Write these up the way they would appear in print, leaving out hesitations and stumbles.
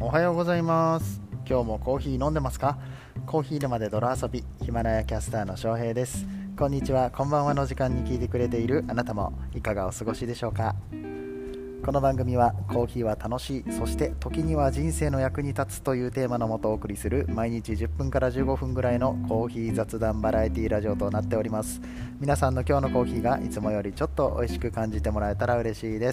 おはようございます。今日もコーヒー飲んでますか？コーヒー沼で泥遊び、ヒマラヤキャスターの翔平です。こんにちは、こんばんはの時間に聞いてくれているあなたもいかがお過ごしでしょうか？この番組はコーヒーは楽しい、そして時には人生の役に立つというテーマのもとお送りする毎日10分から15分ぐらいのコーヒー雑談バラエティラジオとなっております。皆さんの今日のコーヒーがいつもよりちょっと美味しく感じてもらえたら嬉しいです。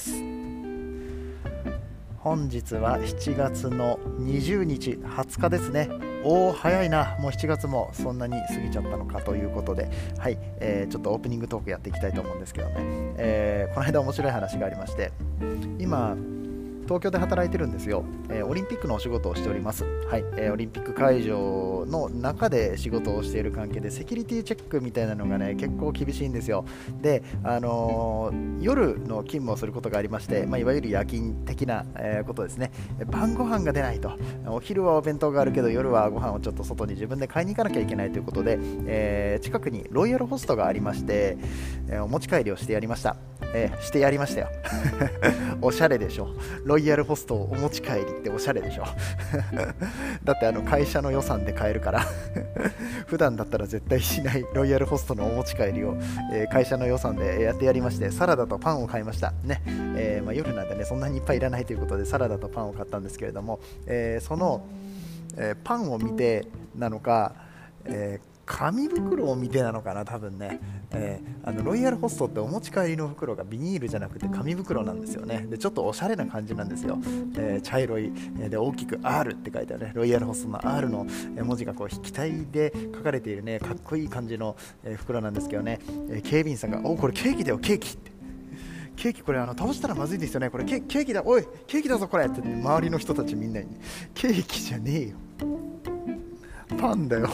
本日は7月の20日20日ですね。早いな、もう7月もそんなに過ぎちゃったのかということで、はい、ちょっとオープニングトークやっていきたいと思うんですけどね、この間面白い話がありまして、今東京で働いてるんですよ。オリンピックのお仕事をしております。はい、オリンピック会場の中で仕事をしている関係でセキュリティチェックみたいなのがね結構厳しいんですよ。で、夜の勤務をすることがありまして、いわゆる夜勤的な、ことですね。晩ご飯が出ないと、お昼はお弁当があるけど夜はご飯をちょっと外に自分で買いに行かなきゃいけないということで、近くにロイヤルホストがありまして、お持ち帰りをしてやりました。してやりましたよ。おしゃれでしょ。ロイヤルホストをお持ち帰りっておしゃれでしょ。だって会社の予算で買えるから普段だったら絶対しないロイヤルホストのお持ち帰りを、会社の予算でやってやりまして、サラダとパンを買いましたね。夜なんでねそんなにいっぱいいらないということでサラダとパンを買ったんですけれども、その、パンを見てなのか、紙袋を見てなのかな、多分ね、ロイヤルホストってお持ち帰りの袋がビニールじゃなくて紙袋なんですよね。でちょっとおしゃれな感じなんですよ。茶色い、で大きく R って書いてあるね、ロイヤルホストの R の文字がこう筆記体で書かれているね、かっこいい感じの袋なんですけどね、警備員さんがこれケーキだよ、ケーキって、ケーキこれ倒したらまずいですよね、これケーキだ、おいケーキだぞこれって、ね、周りの人たちみんなに、ケーキじゃねえよ、パンだよ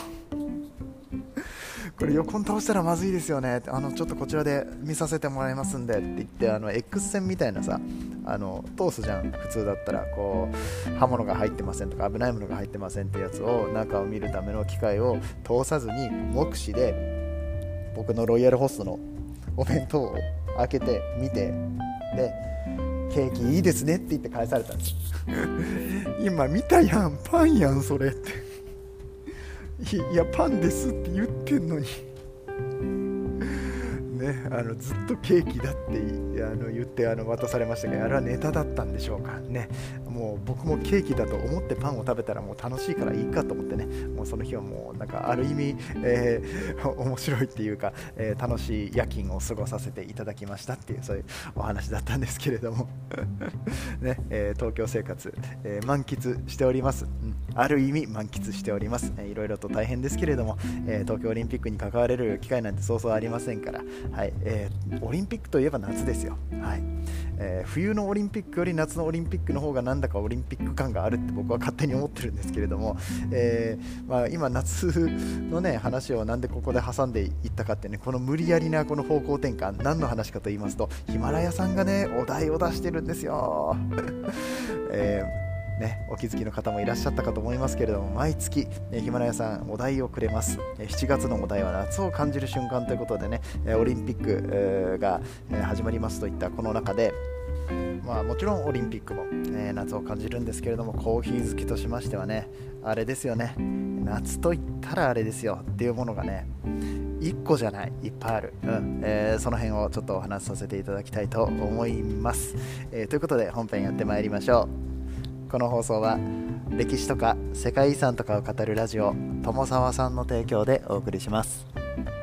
これ横に倒したらまずいですよね、ちょっとこちらで見させてもらいますんでって言って、X 線みたいなさ、通すじゃん。普通だったらこう刃物が入ってませんとか危ないものが入ってませんってやつを中を見るための機械を通さずに目視で僕のロイヤルホストのお弁当を開けて見て、でケーキいいですねって言って返されたんです今見たやん、パンやんそれっていやパンですって言ってんのにね、ずっとケーキだって言って渡されましたけど、あれはネタだったんでしょうかね。もう僕もケーキだと思ってパンを食べたらもう楽しいからいいかと思ってね、もうその日はもうなんかある意味、面白いっていうか、楽しい夜勤を過ごさせていただきましたっていう、そういうお話だったんですけれどもね、東京生活、満喫しております。ある意味満喫しております。いろいろと大変ですけれども、東京オリンピックに関われる機会なんてそうそうありませんから、はい、オリンピックといえば夏ですよ。はい、冬のオリンピックより夏のオリンピックの方がなんだかオリンピック感があるって僕は勝手に思ってるんですけれども、今夏のね話をなんでここで挟んでいったかってね、この無理やりなこの方向転換、何の話かと言いますと、ヒマラヤさんがねお題を出してるんですよ。お気づきの方もいらっしゃったかと思いますけれども、毎月、ヒマラヤさんお題をくれます。7月のお題は夏を感じる瞬間ということでね、オリンピックが始まりますといったこの中で、もちろんオリンピックも夏を感じるんですけれども、コーヒー好きとしましてはね、あれですよね、夏といったらあれですよっていうものがね1個じゃない、いっぱいある、その辺をちょっとお話しさせていただきたいと思います。ということで本編やってまいりましょう。この放送は歴史とか世界遺産とかを語るラジオ友沢さんの提供でお送りします。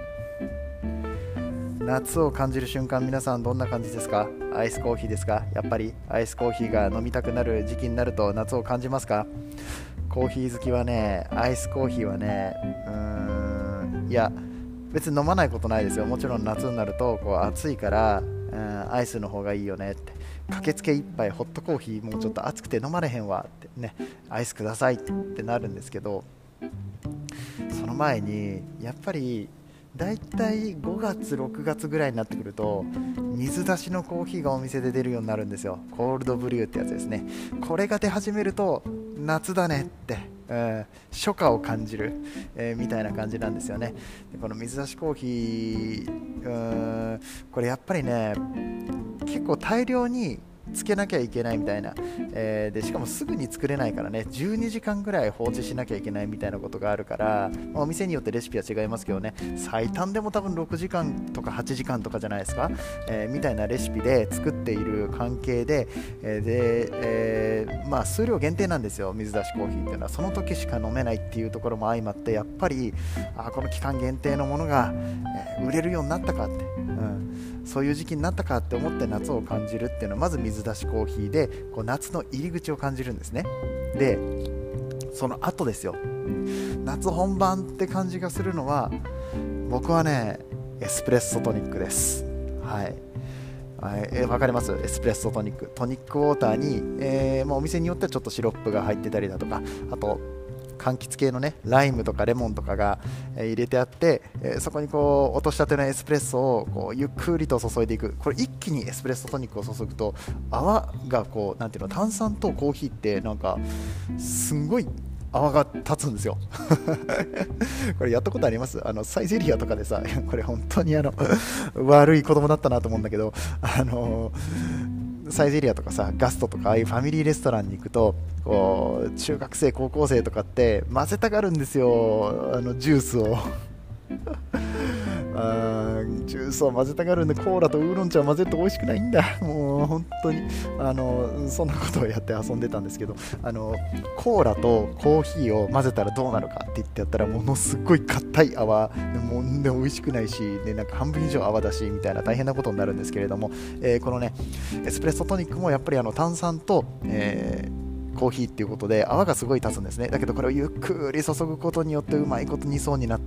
夏を感じる瞬間、皆さんどんな感じですか？アイスコーヒーですか？やっぱりアイスコーヒーが飲みたくなる時期になると夏を感じますか？コーヒー好きはね、アイスコーヒーはね、いや別に飲まないことないですよ。もちろん夏になるとこう暑いから、アイスの方がいいよねって、駆けつけ一杯ホットコーヒーもうちょっと暑くて飲まれへんわってね、アイスくださいってなるんですけど、その前にやっぱりだいたい5月6月ぐらいになってくると水出しのコーヒーがお店で出るようになるんですよ。コールドブリューってやつですね。これが出始めると夏だねって、初夏を感じる、みたいな感じなんですよね。でこの水出しコーヒー、これやっぱりね結構大量につけなきゃいけないみたいな、でしかもすぐに作れないからね、12時間ぐらい放置しなきゃいけないみたいなことがあるから、お店によってレシピは違いますけどね、最短でも多分6時間とか8時間とかじゃないですか、みたいなレシピで作っている関係で、数量限定なんですよ、水出しコーヒーっていうのは。その時しか飲めないっていうところも相まって、やっぱりこの期間限定のものが、売れるようになったかって、そういう時期になったかって思って夏を感じるっていうのは、まず水出しコーヒーでこう夏の入り口を感じるんですね。でその後ですよ、夏本番って感じがするのは、僕はねエスプレッソトニックです。わかります？エスプレッソトニック、トニックウォーターに、お店によってはちょっとシロップが入ってたりだとか、あと柑橘系のねライムとかレモンとかが入れてあって、そこにこう落としたてのエスプレッソをこうゆっくりと注いでいく。これ一気にエスプレッソトニックを注ぐと泡がこうなんていうの、炭酸とコーヒーってなんかすんごい泡が立つんですよこれやったことあります？サイゼリアとかでさ、これ本当に悪い子供だったなと思うんだけど、サイゼリアとかさ、ガストとかああいうファミリーレストランに行くと、こう中学生高校生とかって混ぜたがるんですよ、ジュースをジュースを混ぜたがるんで、コーラとウーロン茶を混ぜると美味しくないんだ。もう本当にそんなことをやって遊んでたんですけど、コーラとコーヒーを混ぜたらどうなるかって言ってやったら、ものすごい硬い泡でも美味しくないし、でなんか半分以上泡だしみたいな大変なことになるんですけれども、このねエスプレッソトニックもやっぱり炭酸と、コーヒーっていうことで泡がすごい立つんですね。だけどこれをゆっくり注ぐことによってうまいこと2層になって、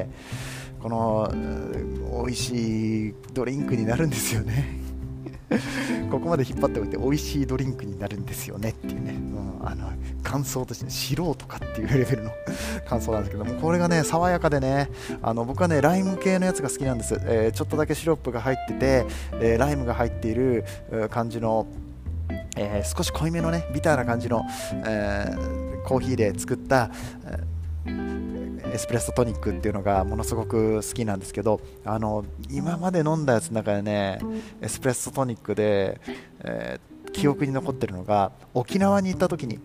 この美味しいドリンクになるんですよねここまで引っ張っておいて美味しいドリンクになるんですよねっていうね、感想として素人かっていうレベルの感想なんですけども、これがね爽やかでね、僕はねライム系のやつが好きなんです。ちょっとだけシロップが入ってて、ライムが入っている感じの、少し濃いめのねビターな感じの、コーヒーで作った、エスプレッソトニックっていうのがものすごく好きなんですけど、今まで飲んだやつの中でねエスプレッソトニックで、記憶に残ってるのが、沖縄に行った時に、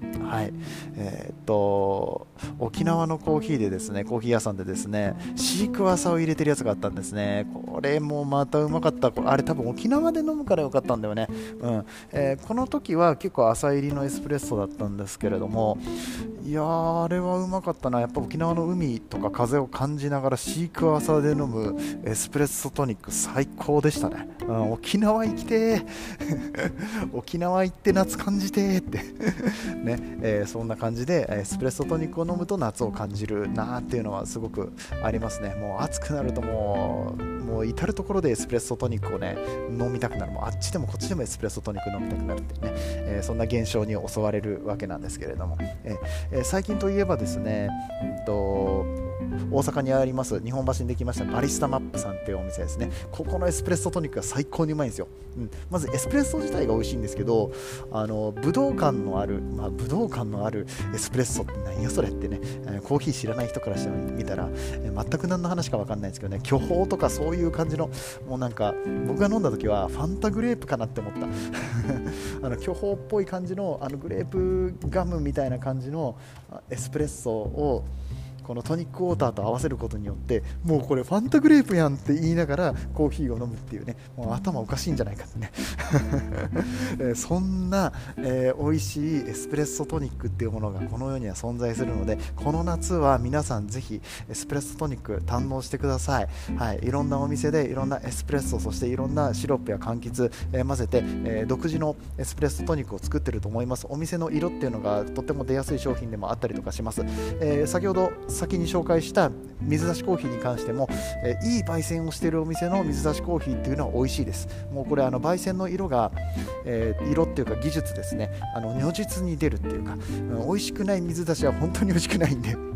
沖縄のコーヒーでですね、コーヒー屋さんでですね、シークワーサーを入れてるやつがあったんですね。これもまたうまかった。あれ多分沖縄で飲むからよかったんだよね。この時は結構浅入りのエスプレッソだったんですけれども、いやーあれはうまかったな。やっぱ沖縄の海とか風を感じながらシークワーサーで飲むエスプレッソトニック最高でしたね。沖縄行きてー沖縄行って夏感じてーってね、そんな感じでエスプレッソトニックを飲むと夏を感じるなーっていうのはすごくありますね。もう暑くなるともう至る所でエスプレッソトニックをね飲みたくなる。もうあっちでもこっちでもエスプレッソトニック飲みたくなるっていうね、そんな現象に襲われるわけなんですけれども、最近といえばですね、大阪にあります日本橋にできましたバリスタマップさんっていうお店ですね。ここのエスプレッソトニックが最高にうまいんですよ。まずエスプレッソ自体が美味しいんですけど、武道館のあるエスプレッソって何やそれってね、コーヒー知らない人からしてみたら、全く何の話か分かんないんですけどね、巨峰とかそういう感じの、もうなんか僕が飲んだ時はファンタグレープかなって思った巨峰っぽい感じのグレープガムみたいな感じのエスプレッソをこのトニックウォーターと合わせることによって、もうこれファンタグレープやんって言いながらコーヒーを飲むっていうね、もう頭おかしいんじゃないかってねそんな、美味しいエスプレッソトニックっていうものがこの世には存在するので、この夏は皆さんぜひエスプレッソトニック堪能してください。いろんなお店でいろんなエスプレッソ、そしていろんなシロップや柑橘、混ぜて、独自のエスプレッソトニックを作ってると思います。お店の色っていうのがとっても出やすい商品でもあったりとかします。先ほど先に紹介した水出しコーヒーに関しても、いい焙煎をしているお店の水出しコーヒーっていうのは美味しいです。もうこれ焙煎の色が、色っていうか技術ですね、如実に出るっていうか、美味しくない水出しは本当に美味しくないんで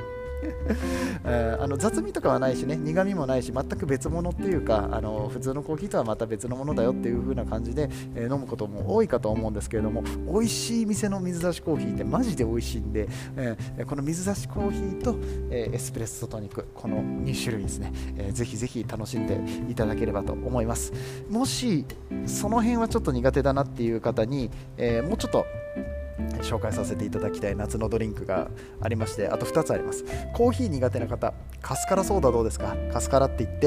雑味とかはないしね、苦味もないし、全く別物っていうか、普通のコーヒーとはまた別のものだよっていう風な感じで、飲むことも多いかと思うんですけれども、美味しい店の水出しコーヒーってマジで美味しいんで、この水出しコーヒーと、エスプレッソトニック、この2種類ですね、ぜひぜひ楽しんでいただければと思います。もしその辺はちょっと苦手だなっていう方に、もうちょっと紹介させていただきたい夏のドリンクがありまして、あと2つあります。コーヒー苦手な方、カスカラソーダどうですか。カスカラって言って、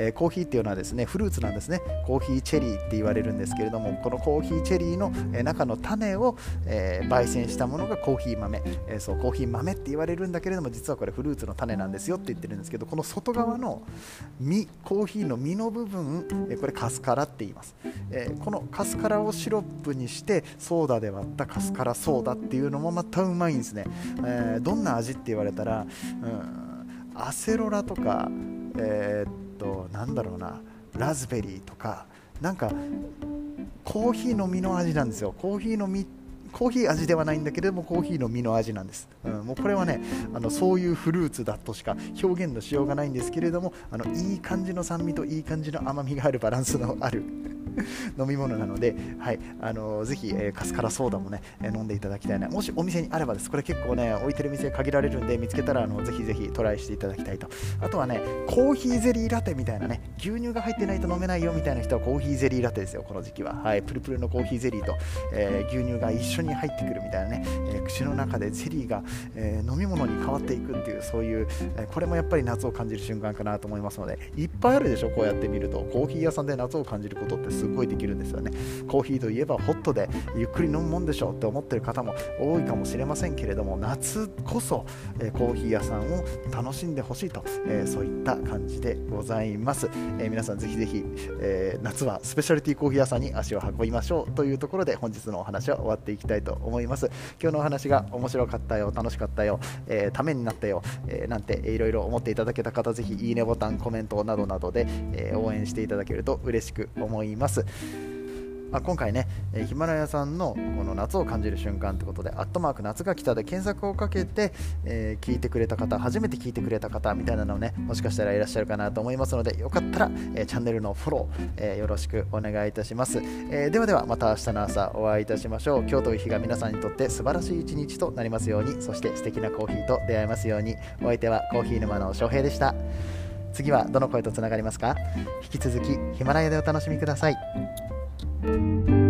コーヒーっていうのはですね、フルーツなんですね。コーヒーチェリーって言われるんですけれども、このコーヒーチェリーの、中の種を、焙煎したものがコーヒー豆、そうコーヒー豆って言われるんだけれども、実はこれフルーツの種なんですよって言ってるんですけど、この外側の実、コーヒーの実の部分、これカスカラって言います。このカスカラをシロップにしてソーダで割ったカスカラソーダっていうのもまたうまいんですね。どんな味って言われたら、アセロラとか、なんだろうな、ラズベリーとか、なんかコーヒーの実の味なんですよ。コーヒー味ではないんだけれども、コーヒーの実の味なんです。もうこれはね、そういうフルーツだとしか表現のしようがないんですけれども、いい感じの酸味といい感じの甘みがあるバランスのある飲み物なので、はい、ぜひ、カスカラソーダもね、飲んでいただきたいな。もしお店にあればです。これ結構ね、置いてる店限られるんで、見つけたらぜひぜひトライしていただきたいと。あとはね、コーヒーゼリーラテみたいなね、牛乳が入ってないと飲めないよみたいな人はコーヒーゼリーラテですよ、この時期は。はい、プルプルのコーヒーゼリーと、牛乳が一緒に入ってくるみたいなね、口の中でゼリーが、飲み物に変わっていくっていう、そういう、これもやっぱり夏を感じる瞬間かなと思いますので、いっぱいあるでしょ。こうやって見るとコーヒー屋さんで夏を感じることってすごいできるんですよね。コーヒーといえばホットでゆっくり飲むもんでしょうって思ってる方も多いかもしれませんけれども、夏こそ、コーヒー屋さんを楽しんでほしいと、そういった感じでございます。皆さんぜひぜひ、夏はスペシャリティコーヒー屋さんに足を運びましょうというところで、本日のお話は終わっていきたいと思います。今日のお話が面白かったよ、楽しかったよ、ためになったよ、なんていろいろ思っていただけた方、ぜひいいねボタン、コメントなどなどで、応援していただけると嬉しく思います。今回ね、ヒマラヤさんのこの夏を感じる瞬間ということで、アットマーク夏が来たで検索をかけて、聞いてくれた方、初めて聞いてくれた方みたいなのをね、もしかしたらいらっしゃるかなと思いますので、よかったら、チャンネルのフォロー、よろしくお願いいたします。ではではまた明日の朝お会いいたしましょう。今日という日が皆さんにとって素晴らしい一日となりますように、そして素敵なコーヒーと出会えますように。お相手はコーヒー沼の翔平でした。次はどの声とつながりますか？引き続きヒマラヤでお楽しみください。